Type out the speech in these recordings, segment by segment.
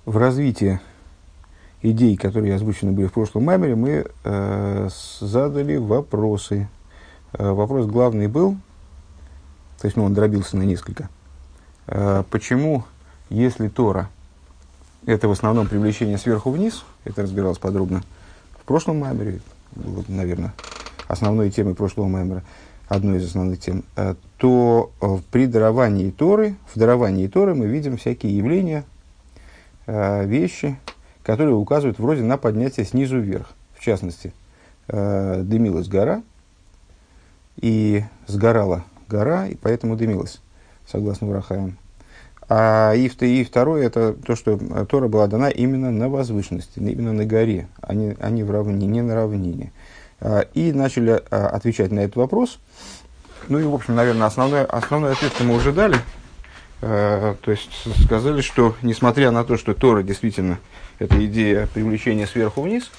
В развитии идей, которые озвучены были в прошлом маймере, мы задали вопросы. Вопрос главный был, то есть он дробился на несколько. Почему, если Тора – это в основном привлечение сверху вниз, это разбиралось подробно в прошлом маймере, было, наверное, основной темой прошлого маймера, одной из основных тем, то в даровании Торы мы видим всякие явления, вещи, которые указывают вроде на поднятие снизу вверх. В частности, дымилась гора, и сгорала гора, и поэтому дымилась, согласно Урахаям. И второе, это то, что Тора была дана именно на возвышенности, именно на горе, а не в равнине, не на равнине. И начали отвечать на этот вопрос. Ну и, в общем, наверное, основной ответ мы уже дали. То есть сказали, что несмотря на то, что Тора действительно это идея привлечения сверху вниз,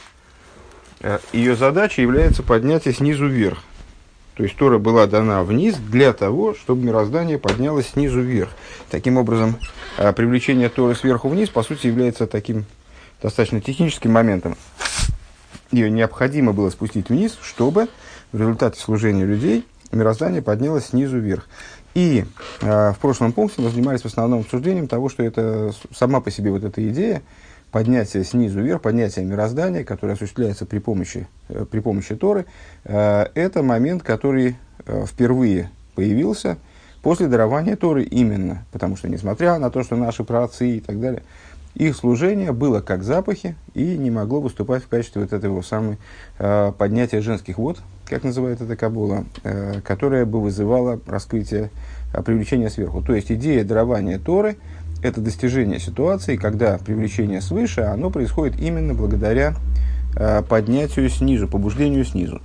ее задача является поднятие снизу вверх. То есть Тора была дана вниз для того, чтобы мироздание поднялось снизу вверх. Таким образом, привлечение Торы сверху вниз, по сути, является таким достаточно техническим моментом. Ее необходимо было спустить вниз, чтобы в результате служения людей мироздание поднялось снизу вверх. И в прошлом пункте мы занимались в основном обсуждением того, что это сама по себе вот эта идея поднятия снизу вверх, поднятия мироздания, которое осуществляется при помощи Торы, это момент, который впервые появился после дарования Торы именно, потому что, несмотря на то, что наши праотцы и так далее, их служение было как запахи и не могло выступать в качестве вот этого самого поднятия женских вод, как называет это Каббала, которое бы вызывало раскрытие, привлечение сверху. То есть идея дарования Торы – это достижение ситуации, когда привлечение свыше, оно происходит именно благодаря поднятию снизу, побуждению снизу.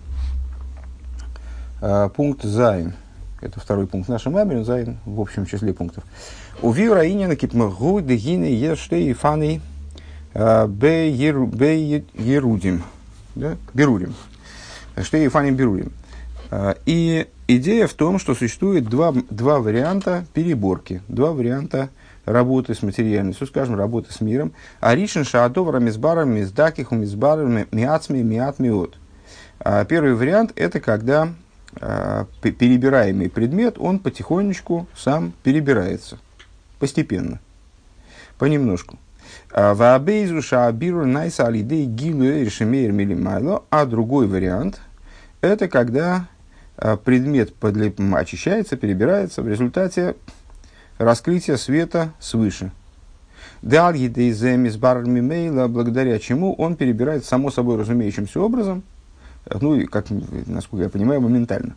Пункт Зайн. Это второй пункт нашего маймера, Зайн в общем числе пунктов. Увив раинина кипмагу дегины ештей фаны бе ерудим. Берурим. Штей фаны берурим. И идея в том, что существует два варианта переборки, два варианта работы с материальностью, скажем, работы с миром. Аришин шаадовара мизбаром миздаких мизбаром миацми миат миот. Первый вариант – это когда перебираемый предмет, он потихонечку сам перебирается, постепенно, понемножку. А другой вариант – это когда предмет очищается, перебирается в результате раскрытия света свыше. Благодаря чему он перебирает само собой разумеющимся образом, ну и, как, насколько я понимаю, моментально.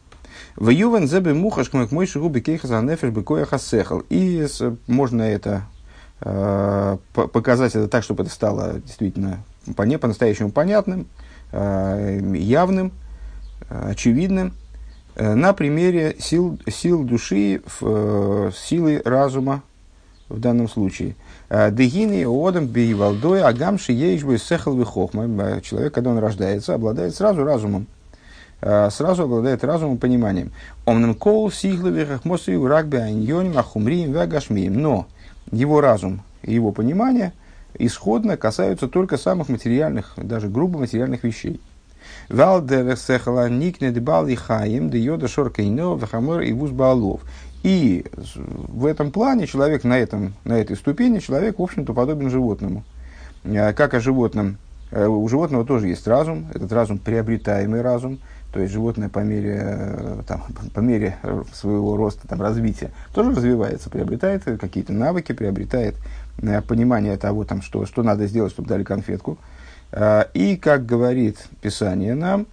И можно это показать это так, чтобы это стало действительно по-настоящему понятным, явным, очевидным, на примере сил души, силы разума в данном случае. Дегины одам бейвалдой агамши ейшбой сехал вихохма. Человек, когда он рождается, обладает сразу разумом. Сразу обладает разумом, пониманием. Омнем кол сиглових мосию рагби аньоним ахумрием вагашмием. Но его разум и его понимание исходно касаются только самых материальных, даже грубо материальных вещей. Валдер сехала никне дебал и хаим де йода шоркайно вахамор и вуз баалов. И в этом плане человек на этой ступени, человек, в общем-то, подобен животному. Как о животном, у животного тоже есть разум, этот разум приобретаемый разум, то есть животное по мере своего роста, развития тоже развивается, приобретает какие-то навыки, приобретает понимание того, что надо сделать, чтобы дали конфетку. И, как говорит Писание нам,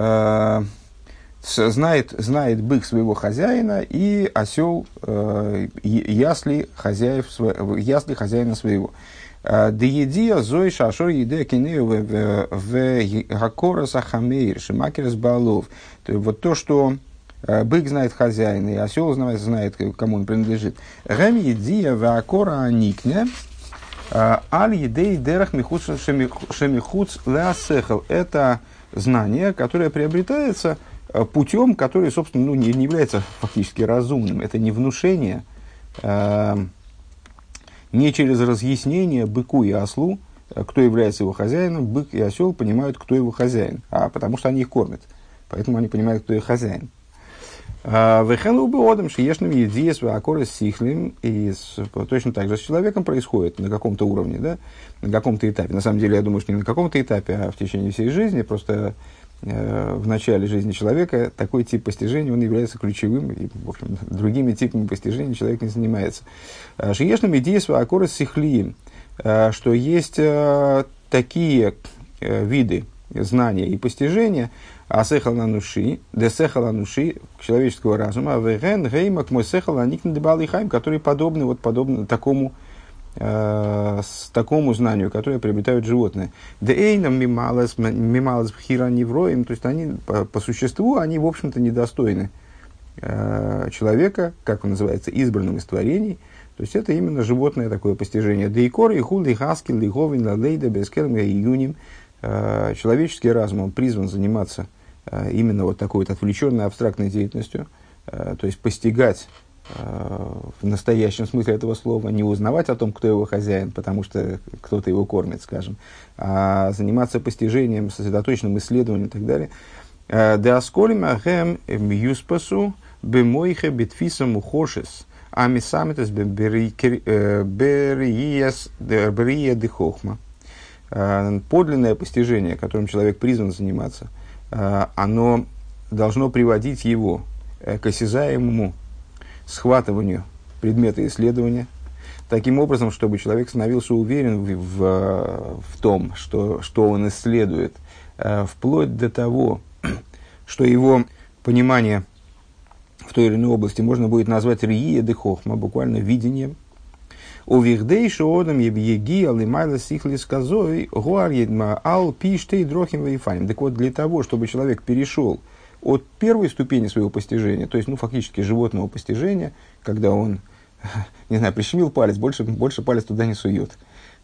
знает бык своего хозяина, и осел ясли хозяина своего. Деедия зой шашор еде кинею в гакора сахамейр шимакерс балов. Вот то, что бык знает хозяина, и осел знает, кому он принадлежит. Гэм едия в акора аникне аль едей дерах михуц шемихуц леасехал. Это знание, которое приобретается путем, который, собственно, не является фактически разумным. Это не внушение Не через разъяснение быку и ослу, кто является его хозяином, бык и осел понимают, кто его хозяин, а потому что они их кормят. Поэтому они понимают, кто их хозяин. Вехелу бы одам шиешным едиес акоры сихлим, и точно так же с человеком происходит на каком-то уровне, да, на каком-то этапе. На самом деле, я думаю, что не на каком-то этапе, а в течение всей жизни. Просто в начале жизни человека такой тип постижения, он является ключевым, и, в общем, другими типами постижения человек не занимается. Шиешным едиес акоры сихлиим, что есть такие виды знания и постижения, асехал ануши, десехал ануши, человеческого разума, веген геймак мой сехал аникн дебалихайм, которые подобны такому знанию, которое приобретают животные. Дейнам мималас бхира невроим, то есть они по существу, они в общем-то недостойны человека, как он называется, избранным из творений. То есть это именно животное такое постижение. Дейкор и хул, хаскил, лиховин, лалейда, бескелм, июним. Человеческий разум, он призван заниматься именно вот такой вот отвлеченной абстрактной деятельностью, то есть постигать в настоящем смысле этого слова, не узнавать о том, кто его хозяин, потому что кто-то его кормит, скажем, а заниматься постижением, сосредоточенным исследованием и так далее. Деасколим ахем юспасу бемойхе битфисам ухошес амисамитес берия дехохма. Подлинное постижение, которым человек призван заниматься, оно должно приводить его к осязаемому схватыванию предмета исследования, таким образом, чтобы человек становился уверен в том, что он исследует, вплоть до того, что его понимание в той или иной области можно будет назвать рия де хохма, буквально видением. Увихдей шоодам ебьеги алимайла сихлис козой гуарьедма ал пиштей дрохим вейфаним. Так вот, для того, чтобы человек перешел от первой ступени своего постижения, то есть, фактически животного постижения, когда он, не знаю, прищемил палец, больше палец туда не сует,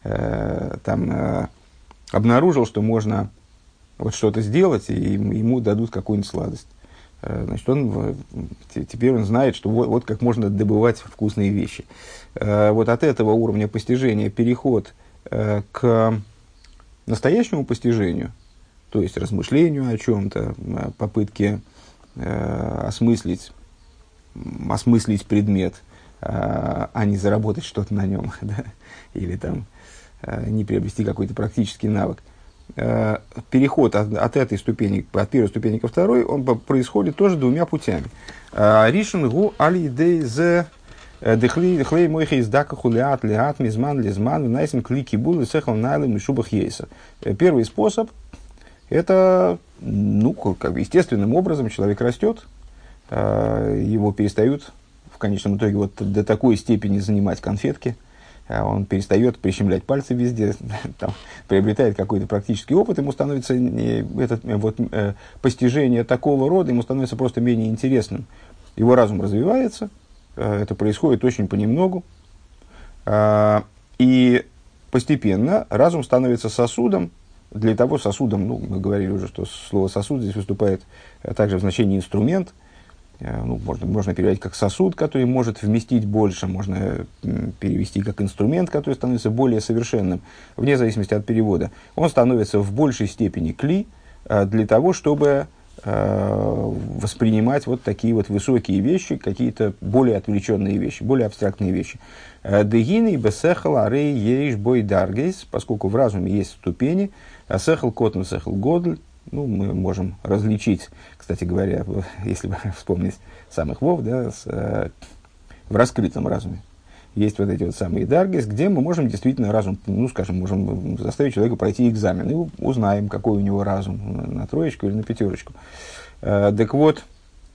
обнаружил, что можно вот что-то сделать, и ему дадут какую-нибудь сладость. Значит, теперь он знает, что вот как можно добывать вкусные вещи. Вот от этого уровня постижения переход к настоящему постижению, то есть размышлению о чем-то, попытке осмыслить предмет, а не заработать что-то на нем, да? Или не приобрести какой-то практический навык. Переход от этой ступени, от первой ступени ко второй, он происходит тоже двумя путями. Ришен гу али дей зе дехлей мойхи издака хулиат лиат мизман лизман найсен клики булы сехал найлем и шубах ейса. Первый способ — это, как бы естественным образом человек растет, его перестают в конечном итоге вот до такой степени занимать конфетки, он перестает прищемлять пальцы везде, приобретает какой-то практический опыт, ему становится постижение такого рода, ему становится просто менее интересным. Его разум развивается, это происходит очень понемногу, и постепенно разум становится сосудом. Для того сосудом, мы говорили уже, что слово сосуд здесь выступает также в значении инструмент. Можно переводить как сосуд, который может вместить больше, можно перевести как инструмент, который становится более совершенным, вне зависимости от перевода. Он становится в большей степени кли для того, чтобы воспринимать вот такие вот высокие вещи, какие-то более отвлеченные вещи, более абстрактные вещи. Дегины бесехал арей ейш бой даргейс, поскольку в разуме есть ступени, сехал котн сехал годль. Мы можем различить, кстати говоря, если вспомнить самых вов, да, в раскрытом разуме. Есть вот эти вот самые даргис, где мы можем действительно разум, можем заставить человека пройти экзамен, и узнаем, какой у него разум, на троечку или на пятерочку. Так вот,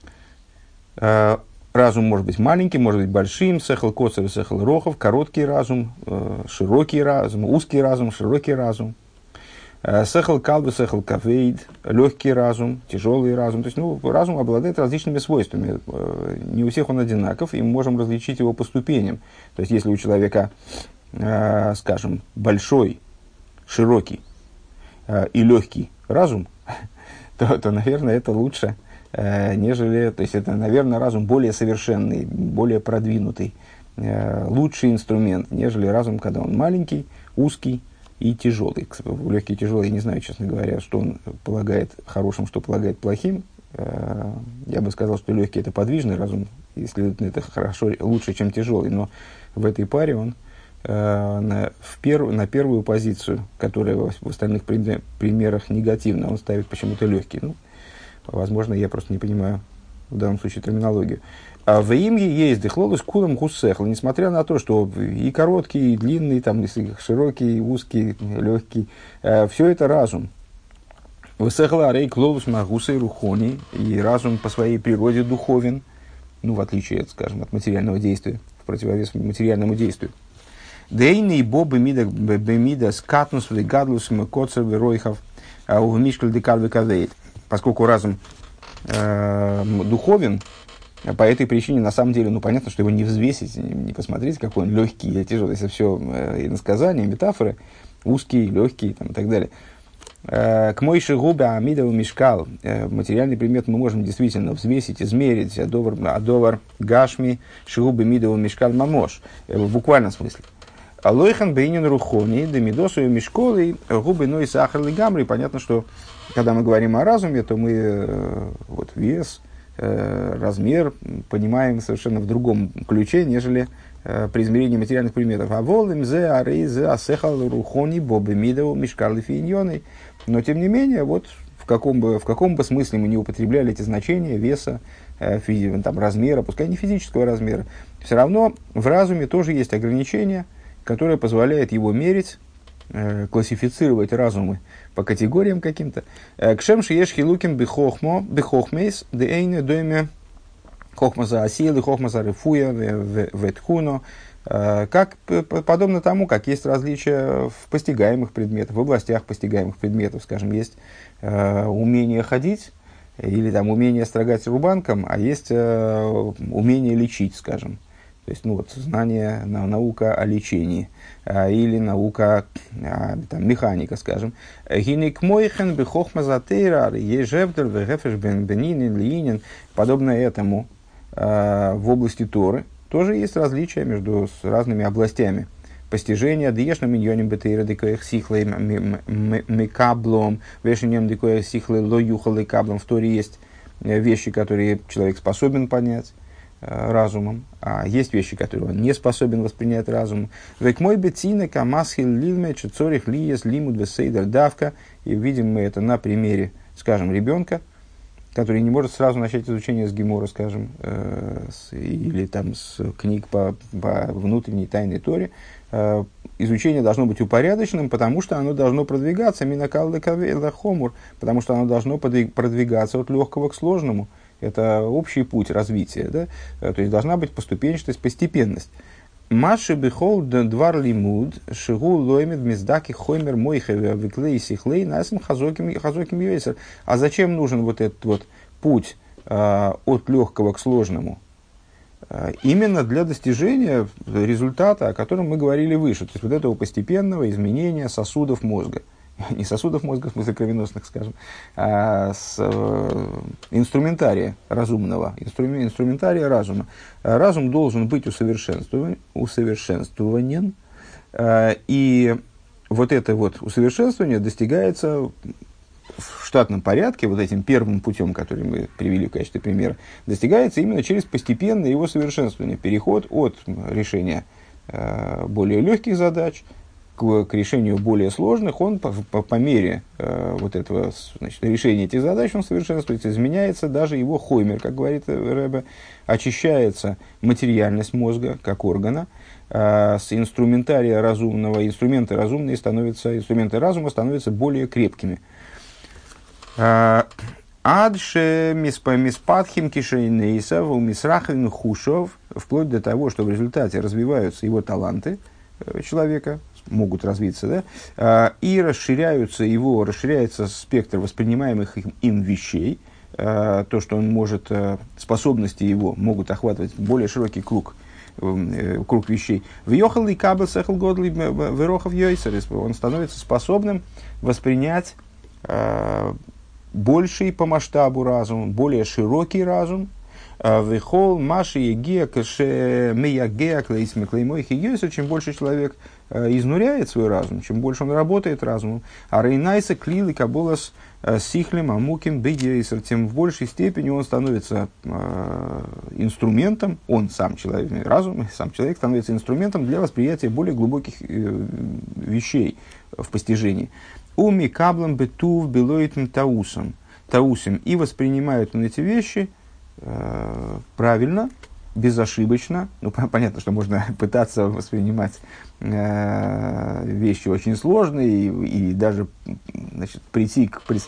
разум может быть маленьким, может быть большим, сехал коцер, сехал рохов, короткий разум, широкий разум, узкий разум, широкий разум. Сехал калбы, сехал кавейд, легкий разум, тяжелый разум. То есть, разум обладает различными свойствами. Не у всех он одинаков, и мы можем различить его по ступеням. То есть, если у человека, скажем, большой, широкий и легкий разум, то, наверное, это лучше, нежели... То есть, это, наверное, разум более совершенный, более продвинутый. лучший инструмент, нежели разум, когда он маленький, узкий и тяжелый. Легкий и тяжелый, я не знаю, честно говоря, что он полагает хорошим, что полагает плохим. Я бы сказал, что легкий – это подвижный разум, и, следовательно, это хорошо, лучше, чем тяжелый. Но в этой паре он на первую позицию, которая в остальных примерах негативна, он ставит почему-то легкий. Ну, возможно, я просто не понимаю в данном случае терминологию. А в имге есть дыхлолус кулам гусехл, несмотря на то, что и короткий, и длинный, там, и широкий, и узкий, легкий, все это разум. Высехла рей клолус магуса и рухони, и разум по своей природе духовен, ну, в отличие, скажем, от материального действия, в противовес материальному действию. Дейный бобы мида скатнус вегадлус мекоцер веройхов в мишкль декалве кадейт. Поскольку разум духовен, по этой причине, на самом деле, ну, понятно, что его не взвесить, не посмотреть, какой он легкий или тяжелый. Это все иносказания, метафоры, узкий, легкий там, и так далее. К мойши губе амидову мишкал. Материальный предмет мы можем действительно взвесить, измерить. Адовар гашми шигубе мидову мишкал мамош. В буквальном смысле. Алойхан бейнин рухони демидосу мишколы губы ной сахарный гамри. Понятно, что когда мы говорим о разуме, то мы вот вес, размер понимаем совершенно в другом ключе, нежели при измерении материальных предметов. А волым зе арей зе асехал рухони бобы мидову мишкал финьоны. Но, тем не менее, вот в каком бы смысле мы не употребляли эти значения, веса, там, размера, пускай не физического размера, все равно в разуме тоже есть ограничения, которое позволяет его мерить, классифицировать разумы по категориям каким-то. Кшем шиеш хилуким бихохмейс деэйне доме хохма за асилы, хохма за рефуя ветхуно. Как, подобно тому, как есть различия в постигаемых предметах, в областях постигаемых предметов. Скажем, есть умение ходить или там, умение строгать рубанком, а есть умение лечить, скажем. То есть, ну, вот, знание, наука о лечении, или наука, там, механика, скажем. Гинек мойхен бихохма затейра, ежевдер вегефеш бенинин лиинин. Подобно этому в области Торы тоже есть различия между разными областями постижения. Диешна миньоним бетейра декоэх сихлей мекаблом, вешенем декоэх сихлей ло юхалей каблом. В Торе есть вещи, которые человек способен понять разумом, а есть вещи, которые он не способен воспринять разумом. Век мой бетина камасхил лилме чецорих лиес лимуд весейдер давка. И видим мы это на примере, скажем, ребенка, который не может сразу начать изучение с Гемора, скажем, или там с книг по внутренней тайной Торе. Изучение должно быть упорядоченным, потому что оно должно продвигаться минакал лахомур, потому что оно должно продвигаться от легкого к сложному. Это общий путь развития, да? То есть должна быть поступенчатость, постепенность. Маши бихол двар лимуд шигу лоймед миздаки хоймер мойхеве виклей сихлей насим хазоким юэсер. А зачем нужен вот этот вот путь от легкого к сложному? Именно для достижения результата, о котором мы говорили выше. То есть вот этого постепенного изменения сосудов мозга. Не сосудов мозга, в смысле кровеносных, скажем, а инструментария разумного, инструментария разума. Разум должен быть усовершенствованен, и вот это вот усовершенствование достигается в штатном порядке, вот этим первым путем, который мы привели в качестве примера, достигается именно через постепенное его совершенствование, переход от решения более легких задач к решению более сложных. Он по мере вот этого, значит, решения этих задач он совершенствуется, изменяется даже его хоймер, как говорит Ребе, очищается материальность мозга как органа, с инструментария разумного, инструменты разума становятся более крепкими. Адше миспадхим кишейнейса в мисрахин хушов, вплоть до того, что в результате развиваются его таланты человека, могут развиться, да, и расширяется спектр воспринимаемых им вещей, то, что он может, способности его могут охватывать более широкий круг вещей. Въехал и кабел сехал годли верохов йойсерис, он становится способным воспринять больший по масштабу разум, более широкий разум. Вихол маши егия кэше миягея клейсме клеймой хигиоса. Чем больше человек изнуряет свой разум, чем больше он работает разумом, а рейнайса клилы каболас сихлем амуким бегейсер, тем в большей степени он становится инструментом, он сам человек, разум, сам человек становится инструментом для восприятия более глубоких вещей в постижении. Уми каблам бетув белоитм таусим, и воспринимают он эти вещи правильно, безошибочно. Ну, понятно, что можно пытаться воспринимать вещи очень сложные и даже, значит, прийти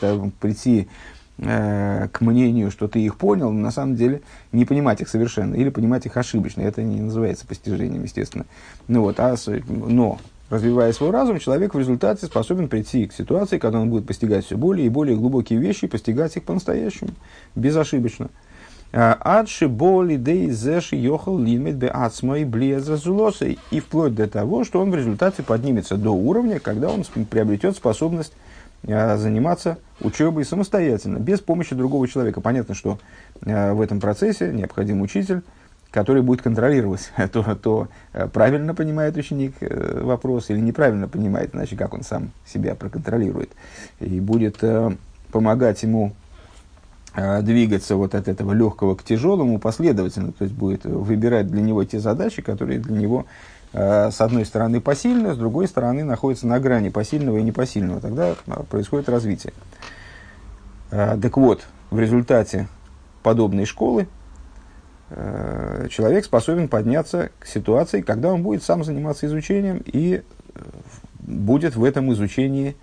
к мнению, что ты их понял, но на самом деле не понимать их совершенно или понимать их ошибочно. Это не называется постижением, естественно. Но развивая свой разум, человек в результате способен прийти к ситуации, когда он будет постигать все более и более глубокие вещи, и постигать их по-настоящему, безошибочно. Адши боли дей зеши йохал лимит бе ацмой блеза зулосой. И вплоть до того, что он в результате поднимется до уровня, когда он приобретет способность заниматься учебой самостоятельно, без помощи другого человека. Понятно, что в этом процессе необходим учитель, который будет контролировать то правильно понимает ученик вопрос или неправильно понимает, иначе как он сам себя проконтролирует. И будет помогать ему двигаться вот от этого легкого к тяжелому последовательно, то есть будет выбирать для него те задачи, которые для него с одной стороны посильны, с другой стороны находятся на грани посильного и непосильного. Тогда происходит развитие. Так вот, в результате подобной школы человек способен подняться к ситуации, когда он будет сам заниматься изучением и будет в этом изучении,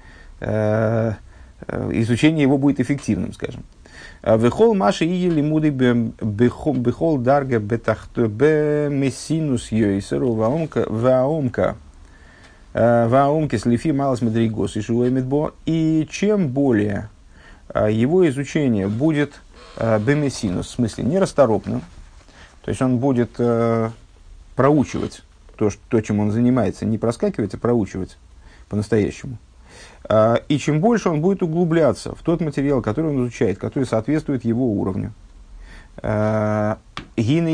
изучение его будет эффективным, скажем. Вехол маши и лимуды бехол дарга бемесинус йойсеру ваомка слифи малос медригос и шуэмидбо. И чем более его изучение будет бемесинус, в смысле нерасторопным, то есть он будет проучивать то, чем он занимается, не проскакивать, а проучивать по-настоящему. И чем больше он будет углубляться в тот материал, который он изучает, который соответствует его уровню. Тем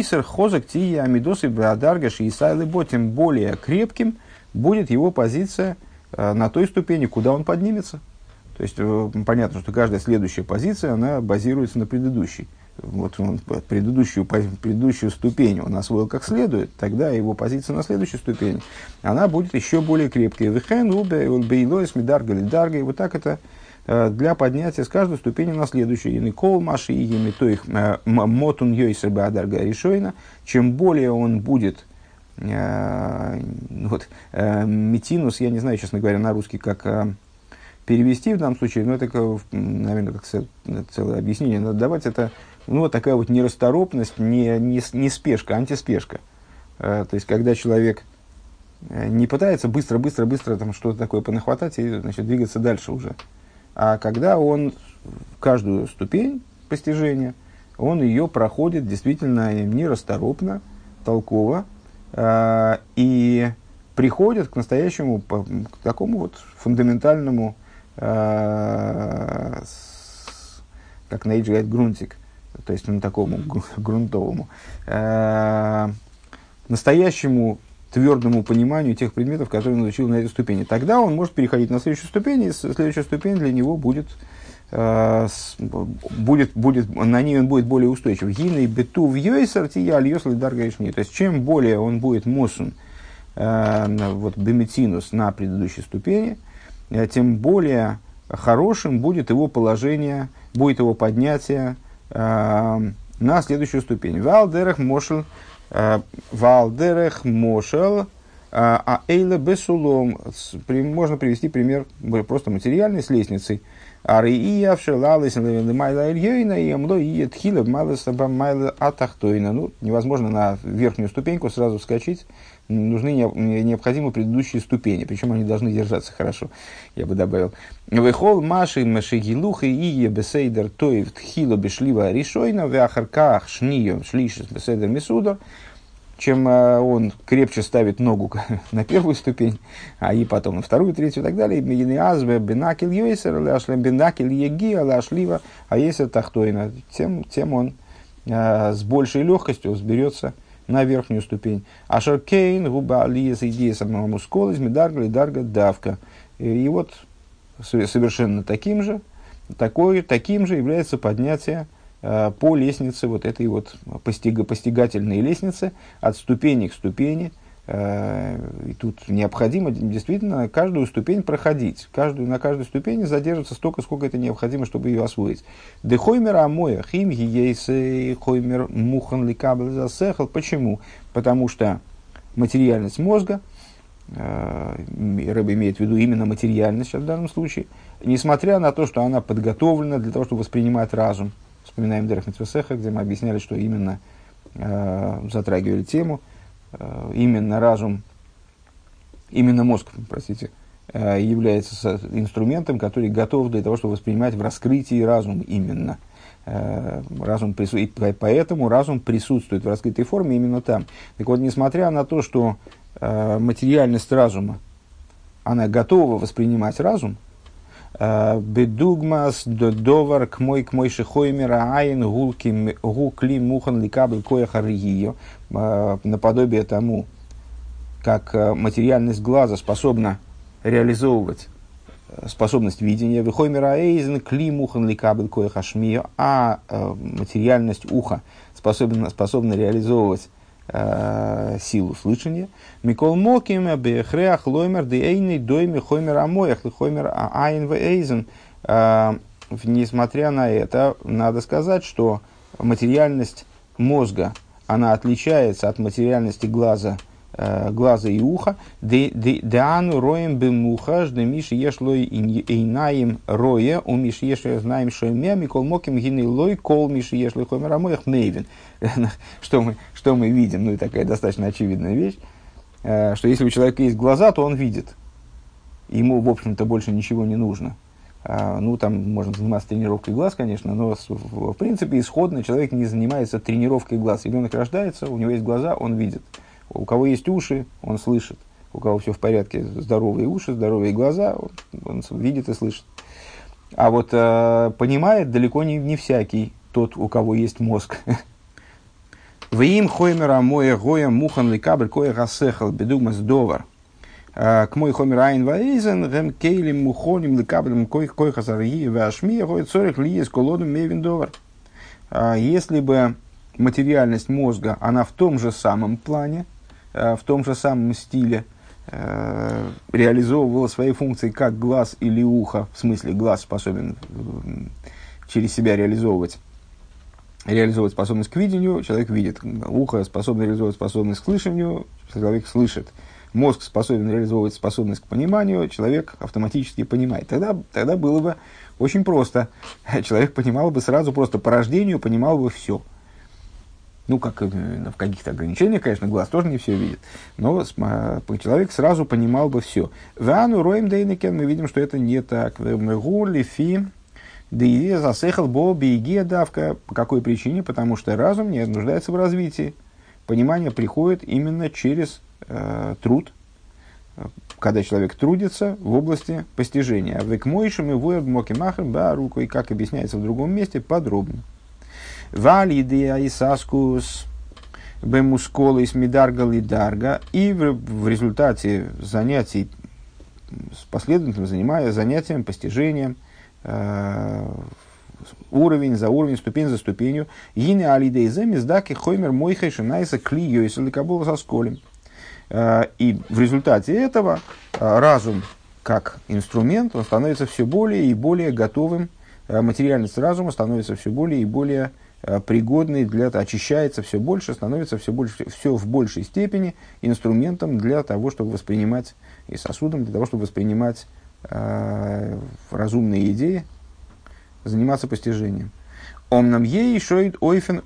более крепким будет его позиция на той ступени, куда он поднимется. То есть понятно, что каждая следующая позиция, она базируется на предыдущей. Вот он предыдущую ступень он освоил как следует, тогда его позиция на следующей ступени, она будет еще более крепкой. И вот так это для поднятия с каждой ступени на следующую. Чем более он будет метинус, я не знаю, честно говоря, на русский, как перевести в данном случае, но это, наверное, как целое объяснение надо давать, это такая вот нерасторопность, не спешка, антиспешка. То есть, когда человек не пытается быстро там что-то такое понахватать и, значит, двигаться дальше уже, а когда он каждую ступень постижения, он ее проходит действительно нерасторопно, толково, и приходит к настоящему, к такому вот фундаментальному, как Нейдж говорит, грунтик, то есть такому грунтовому, настоящему твердому пониманию тех предметов, которые он изучил на этой ступени. Тогда он может переходить на следующую ступень, и следующая ступень для него будет на ней он будет более устойчив. Гиней бету в йойсер тия альёс лидаргаишни. То есть, чем более он будет мусун, беметинус на предыдущей ступени, тем более хорошим будет его положение, будет его поднятие на следующую ступень. Валдерех мошел эйла бесулом. Можно привести пример просто материальной с лестницей. Невозможно на верхнюю ступеньку сразу вскочить. Необходимы предыдущие ступени, причем они должны держаться хорошо, я бы добавил. Вехол маши машигилухи ие бесейдер тоев тхило бешлива решойна веахарках шнием шлишес бесейдер мисудор. Чем он крепче ставит ногу на первую ступень, и потом на вторую, третью и так далее, тем он с большей легкостью взберется на верхнюю ступень. Ашер кейн губа алиес идея самому скол из медарга и дарга давка. И вот совершенно таким же является поднятие по лестнице, вот этой вот постигательной лестнице, от ступени к ступени. И тут необходимо действительно каждую ступень проходить. На каждой ступени задержится столько, сколько это необходимо, чтобы ее освоить. Дехоймер амоя хим гиейсы хоймер мухан ликабл засехал. Почему? Потому что материальность мозга, Рэб имеет в виду именно материальность в данном случае, несмотря на то, что она подготовлена для того, чтобы воспринимать разум. Вспоминаем Дерех Мицвесеха, где мы объясняли, что именно затрагивали тему, именно разум, именно мозг, является инструментом, который готов для того, чтобы воспринимать в раскрытии разум именно. И поэтому разум присутствует в раскрытой форме именно там. Так вот, несмотря на то, что материальность разума, она готова воспринимать разум, бедугмас довар к мой шихоймера айн гукли мухан ликабл кояхаригио, наподобие тому, как материальность глаза способна реализовывать способность видения, вихоймера эйзен кли мухан ликабл кояхашмио, а материальность уха способна реализовывать силу слышания. Микол моким бехреах лоймер дейный дойми хоймер амоях хоймер айн вейзен. Несмотря на это, надо сказать, что материальность мозга, она отличается от материальности глаза и уха. Деану роем бемухаш, де миш ешлой эйнаим роя, у миш ешлой знаем шойме, микол моким гиней лой, кол миш ешлой хоймер амоях мейвен. Что мы видим? Ну, и такая достаточно очевидная вещь, что если у человека есть глаза, то он видит. Ему, в общем-то, больше ничего не нужно. Ну, там можно заниматься тренировкой глаз, конечно, но, в принципе, исходно человек не занимается тренировкой глаз. Ребенок рождается, у него есть глаза, он видит. У кого есть уши, он слышит. У кого все в порядке, здоровые уши, здоровые глаза, он видит и слышит. А вот понимает далеко не всякий тот, у кого есть мозг. Вим хоймера моя гоя мухан ликабель кое гасехал бедугмас довар. К мой хоймер айн ваизен гем кейлим мухоним ликабелем кое хасарги вашми гой цорих лиес колодом мевин довар. Если бы материальность мозга, она в том же самом плане, в том же самом стиле реализовывала свои функции как глаз или ухо, в смысле глаз способен через себя реализовывать способность к видению, человек видит. Ухо способно реализовывать способность к слышанию, человек слышит. Мозг способен реализовывать способность к пониманию, человек автоматически понимает. Тогда было бы очень просто. Человек понимал бы сразу, просто по рождению понимал бы все. Ну, как в каких-то ограничениях, конечно, глаз тоже не все видит. Но человек сразу понимал бы все. Вану роем дейнекен, мы видим, что это не так. Гулифи. Да и засехал боби и давка. По какой причине? Потому что разум не нуждается в развитии. Понимание приходит именно через труд, когда человек трудится в области постижения. Век мойшим и воеб мокимахр ба рукой, как объясняется в другом месте, подробно. Вали идея и саскус бемускола из мидарга лидарга. И в результате занятий последовательно занятием, постижением, уровень за уровень, ступень за ступенью. Гине алидейзе миздаки хоймер мойхай шинайса клио и саликабула со сколем. И в результате этого разум как инструмент, он становится все более и более готовым, материальность разума становится все более и более пригодной, очищается все больше, становится все в большей степени инструментом для того, чтобы воспринимать, и сосудом для того, чтобы воспринимать разумные идеи, заниматься постижением. Омнам ей шоид ойфен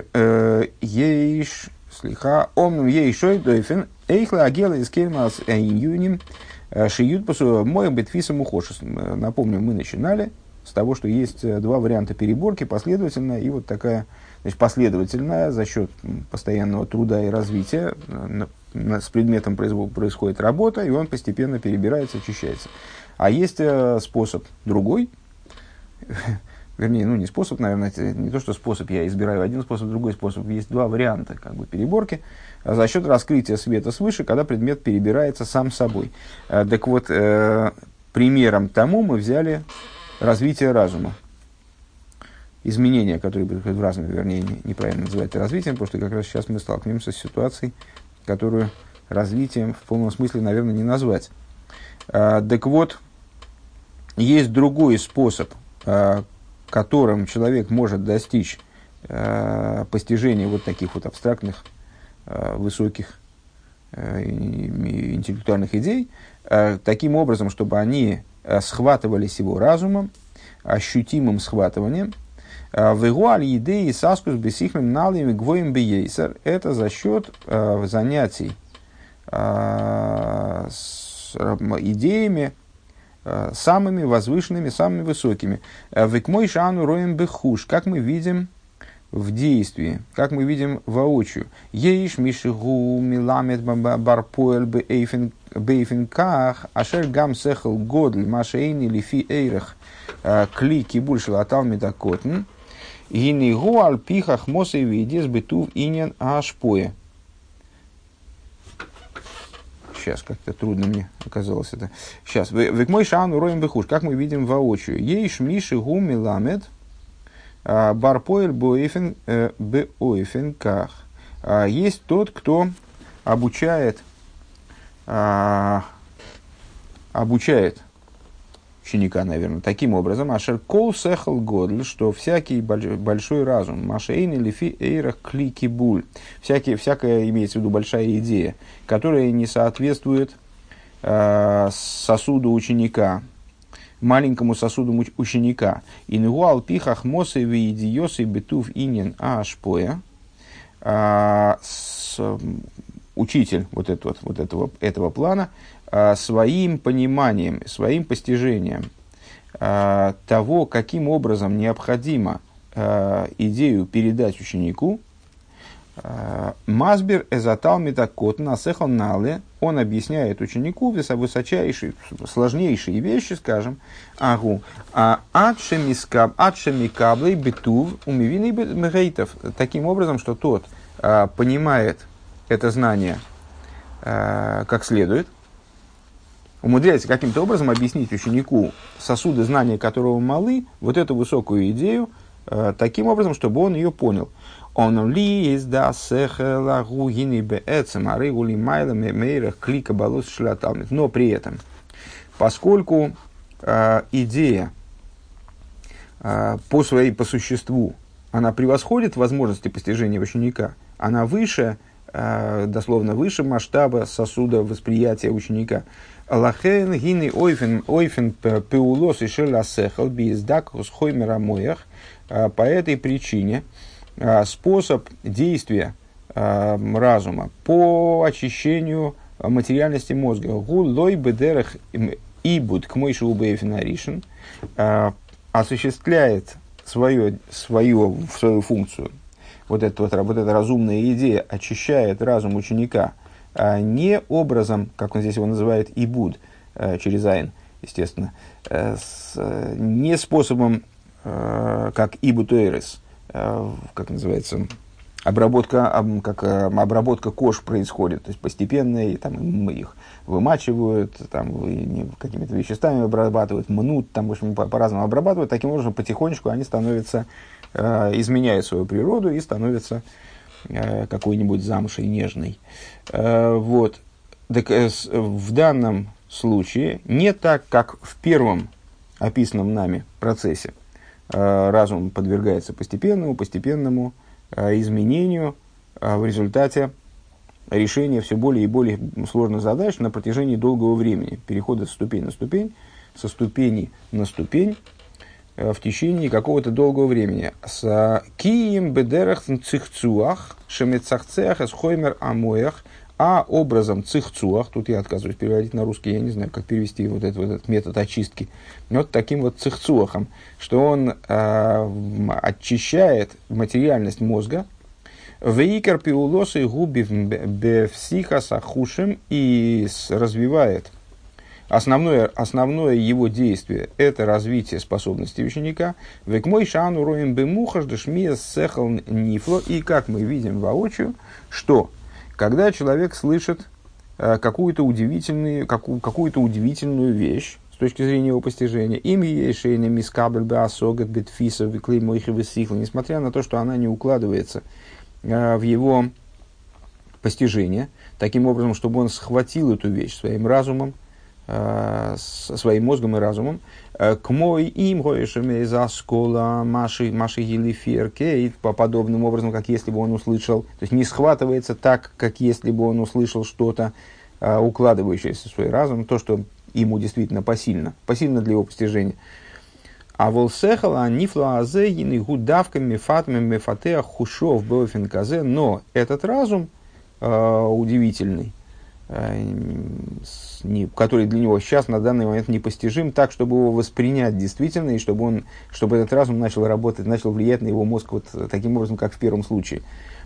омнам ей шоид ойфен эйхла агела из кельмас июнем шиют посу мой бетфисом ухошес. Напомню, мы начинали с того, что есть два варианта переборки, последовательная и вот такая, значит, последовательная за счет постоянного труда и развития. С предметом происходит работа, и он постепенно перебирается, очищается. А есть способ другой, вернее, не способ, наверное, это не то, что способ, я избираю один способ, другой способ, есть два варианта переборки, за счет раскрытия света свыше, когда предмет перебирается сам собой. Так вот, примером тому мы взяли развитие разума. Изменения, которые происходят в разуме, вернее, неправильно называть это развитием, потому что как раз сейчас мы столкнемся с ситуацией, которую развитием в полном смысле, наверное, не назвать. Так вот, есть другой способ, которым человек может достичь постижения вот таких вот абстрактных, высоких интеллектуальных идей, таким образом, чтобы они схватывались его разумом, ощутимым схватыванием. Вегуаль идеи саскус бесихмем налими гвоим бейсер. Это за счет занятий с идеями самыми возвышенными, самыми высокими. Векмой шану роем бехуш, как мы видим в действии, как мы видим воочию. Ейш мишигу миламет барпоэль бейфенках, ашер гам сехал годль машейни лифи эйрах кли кибуль шелатал медакотн, гинигу альпихах мосей видес бытув иньян ашпоя. Сейчас как-то трудно мне оказалось это. Сейчас. Векмой шану роем бехуш, как мы видим воочию. Ейш мишигу миламет барпоэль бейфенках. Есть тот, кто обучает ученика, наверное, таким образом, ашер кол сехал годль, что всякий большой разум, машейн или фи эйрах клики буль, всякая имеется в виду большая идея, которая не соответствует сосуду ученика, маленькому сосуду ученика. Ингуал пихах мосы виидиосы бетув инин ашпоя. Учитель этого плана своим пониманием, своим постижением того, каким образом необходимо идею передать ученику, Масбер эзатал метакот насехал нале, он объясняет ученику высочайшие, сложнейшие вещи, скажем, адшемикаблей битув умивиный мгейтов, таким образом, что тот понимает это знание как следует, умудряется каким-то образом объяснить ученику, сосуды знания которого малы, вот эту высокую идею, таким образом, чтобы он ее понял. Он ли из да сехела гугини беэцем арегули майла мейрах клика балус шляталмит. Но при этом, поскольку идея по существу, она превосходит возможности постижения ученика, она выше, дословно выше масштаба сосуда восприятия ученика. Лахен гини ойфен пеулос и шеласехал бииздакус хоймера моях. По этой причине способ действия разума по очищению материальности мозга гулой бедерах ибуд к мойшу бейфенаришен осуществляет свою функцию. Вот эта разумная идея очищает разум ученика не образом, как он здесь его называет, ибуд, через айн, естественно, не способом, как ибутойрес, как называется, обработка кож происходит, то есть постепенно, и там мы их вымачивают, там, какими-то веществами обрабатывают, мнут, там, в общем, по-разному обрабатывают, таким образом потихонечку они становятся, изменяют свою природу и становятся какой-нибудь замшей нежной. Вот. Так, в данном случае не так, как в первом описанном нами процессе. Разум подвергается постепенному изменению в результате решения все более и более сложных задач на протяжении долгого времени, перехода со ступени на ступень, со ступени на ступень в течение какого-то долгого времени. С кием бедерах цихцуах шемецахцеах эсхоймер амоях, а образом цихцуах, тут я отказываюсь переводить на русский, я не знаю, как перевести вот этот метод очистки, вот таким вот цихцуахом, что он очищает материальность мозга, вейкар пиулосы губи бевсихас ахушем, и развивает основное его действие – это развитие способностей ученика. Век мой шану роем бемухаш дешмия сехал нифло. И как мы видим воочию, что когда человек слышит какую-то удивительную вещь с точки зрения его постижения, им ешейна мискабель беасогат бетфиса виклей мойхи сихла, несмотря на то, что она не укладывается в его постижение, таким образом, чтобы он схватил эту вещь своим разумом, своим мозгом и разумом, к мой им гоешемеза скола маши гилиферке, по подобным образом, как если бы он услышал, то есть не схватывается так, как если бы он услышал что-то, укладывающееся в свой разум, то, что ему действительно посильно для его постижения. А волсехала нифла азе ины гудавками фатми мефатеа хушов бофин казе, но этот разум удивительный, который для него сейчас на данный момент непостижим, так, чтобы его воспринять действительно, и чтобы этот разум начал работать, начал влиять на его мозг вот таким образом, как в первом случае.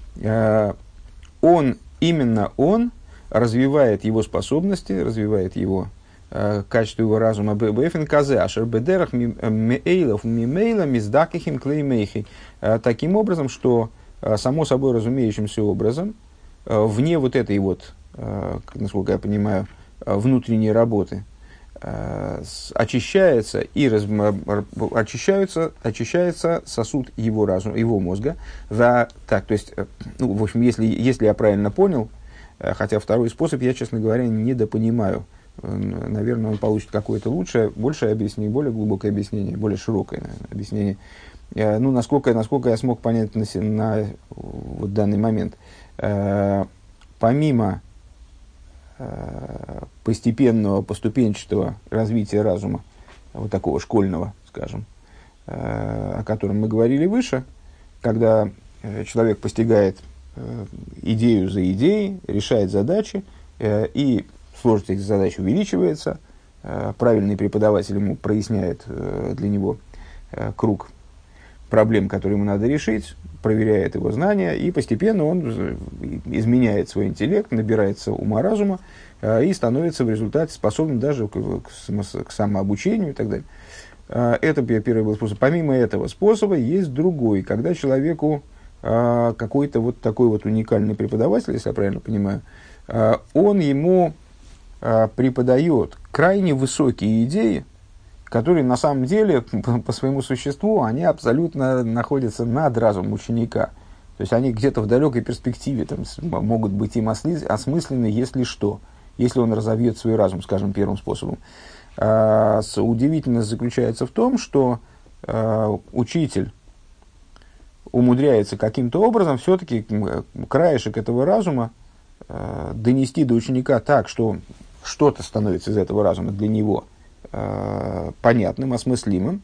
Именно он развивает его способности, развивает его качество его разума. Таким образом, что само собой разумеющимся образом, вне вот этой вот, насколько я понимаю, внутренней работы, очищается сосуд его разума, его мозга. То есть, в общем, если я правильно понял, хотя второй способ я, честно говоря, недопонимаю. Наверное, он получит какое-то большее объяснение, более глубокое объяснение, более широкое объяснение. Насколько я смог понять на вот данный момент. Помимо постепенного, поступенчатого развития разума, вот такого школьного, скажем, о котором мы говорили выше, когда человек постигает идею за идеей, решает задачи, и сложность этих задач увеличивается, правильный преподаватель ему проясняет для него круг проблем, которые ему надо решить, проверяет его знания, и постепенно он изменяет свой интеллект, набирается ума-разума и становится в результате способным даже к самообучению и так далее. Это первый был способ. Помимо этого способа есть другой, когда человеку какой-то вот такой вот уникальный преподаватель, если я правильно понимаю, он ему преподает крайне высокие идеи, которые на самом деле по своему существу они абсолютно находятся над разумом ученика. То есть они где-то в далекой перспективе могут быть им осмысленны, если он разовьет свой разум, скажем, первым способом. Удивительность заключается в том, что учитель умудряется каким-то образом все-таки краешек этого разума донести до ученика так, что что-то становится из этого разума для него понятным, осмыслимым,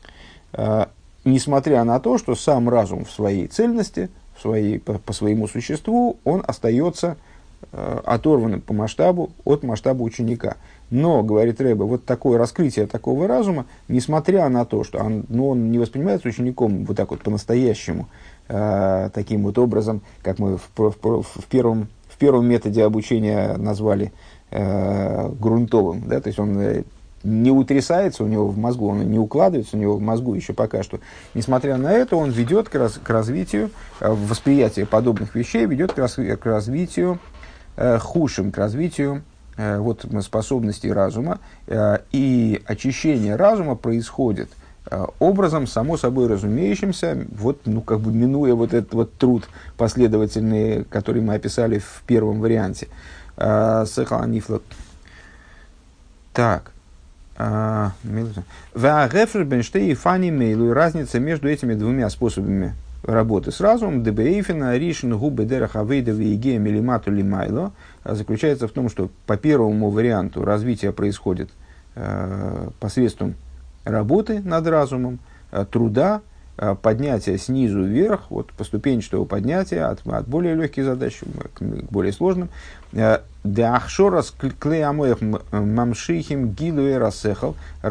несмотря на то, что сам разум в своей цельности, по своему существу, он остается оторванным по масштабу от масштаба ученика. Но, говорит Ребе, вот такое раскрытие такого разума, несмотря на то, что он не воспринимается учеником вот так вот по-настоящему, таким вот образом, как мы в первом методе обучения назвали грунтовым, да, то есть он не утрясается у него в мозгу, он не укладывается у него в мозгу еще пока что. Несмотря на это, он ведет к развитию, восприятие подобных вещей ведет к развитию худшим, к развитию способностей разума, и очищение разума происходит образом, само собой разумеющимся, минуя вот этот вот труд последовательный, который мы описали в первом варианте. Так. Разница между этими двумя способами работы с разумом заключается в том, что по первому варианту развитие происходит посредством работы над разумом, труда, поднятия снизу вверх, поступенчатого поднятия от более легких задач к более сложным.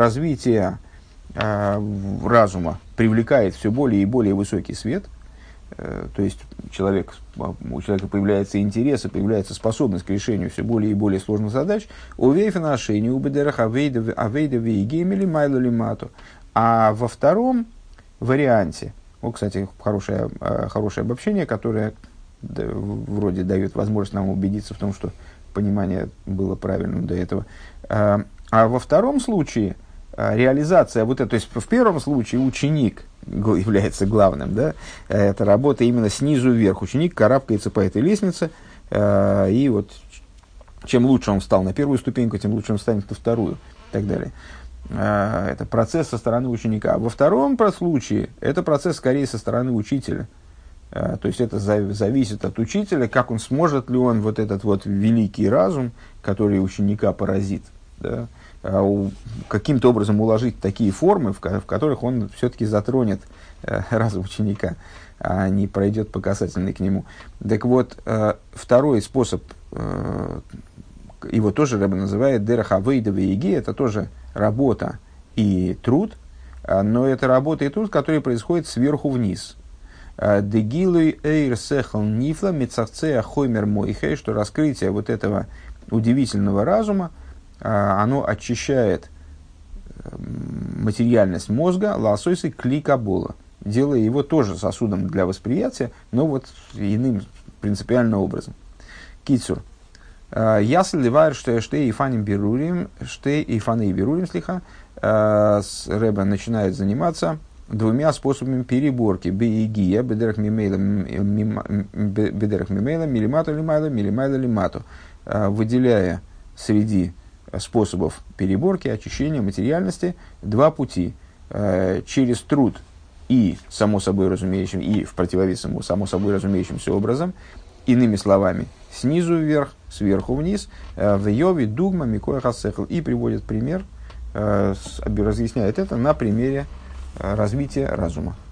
Развитие разума привлекает все более и более высокий свет, то есть у человека появляется интерес и появляется способность к решению все более и более сложных задач, у вейфена ашени, у бедерах авейда вейгемели майло лимату. А во втором варианте, кстати, хорошее обобщение, которое вроде дает возможность нам убедиться в том, что понимание было правильным до этого. А во втором случае реализация вот этого, то есть в первом случае ученик является главным, да, это работа именно снизу вверх. Ученик карабкается по этой лестнице, и вот чем лучше он встал на первую ступеньку, тем лучше он встанет на вторую, и так далее. Это процесс со стороны ученика. Во втором случае это процесс скорее со стороны учителя. То есть это зависит от учителя, как он сможет ли он вот этот вот великий разум, который ученика поразит, да, каким-то образом уложить такие формы, в которых он все-таки затронет разум ученика, а не пройдет по касательной к нему. Так вот, второй способ, его тоже Ребе называет дерех авейда веиги, это тоже работа и труд, но это работа и труд, который происходит сверху вниз. Дегилуй эйр сехал нифла мецахцея хоймер мойхей, что раскрытие вот этого удивительного разума, оно очищает материальность мозга ласойсы кликабола, делая его тоже сосудом для восприятия, но вот иным принципиальным образом. Кицур. Ясл ливайр штей ифаним берурим, слиха. Ребе начинает заниматься двумя способами переборки. Беигия, бедерах мимейла, милимату лимайло, милимайло лимату. Выделяя среди способов переборки, очищения материальности два пути. Через труд и само собой разумеющим, и в противовес ему само собой разумеющимся образом, иными словами, снизу вверх, сверху вниз, в Йове дугма микоя хасехл. И приводит пример, разъясняет это на примере развития разума.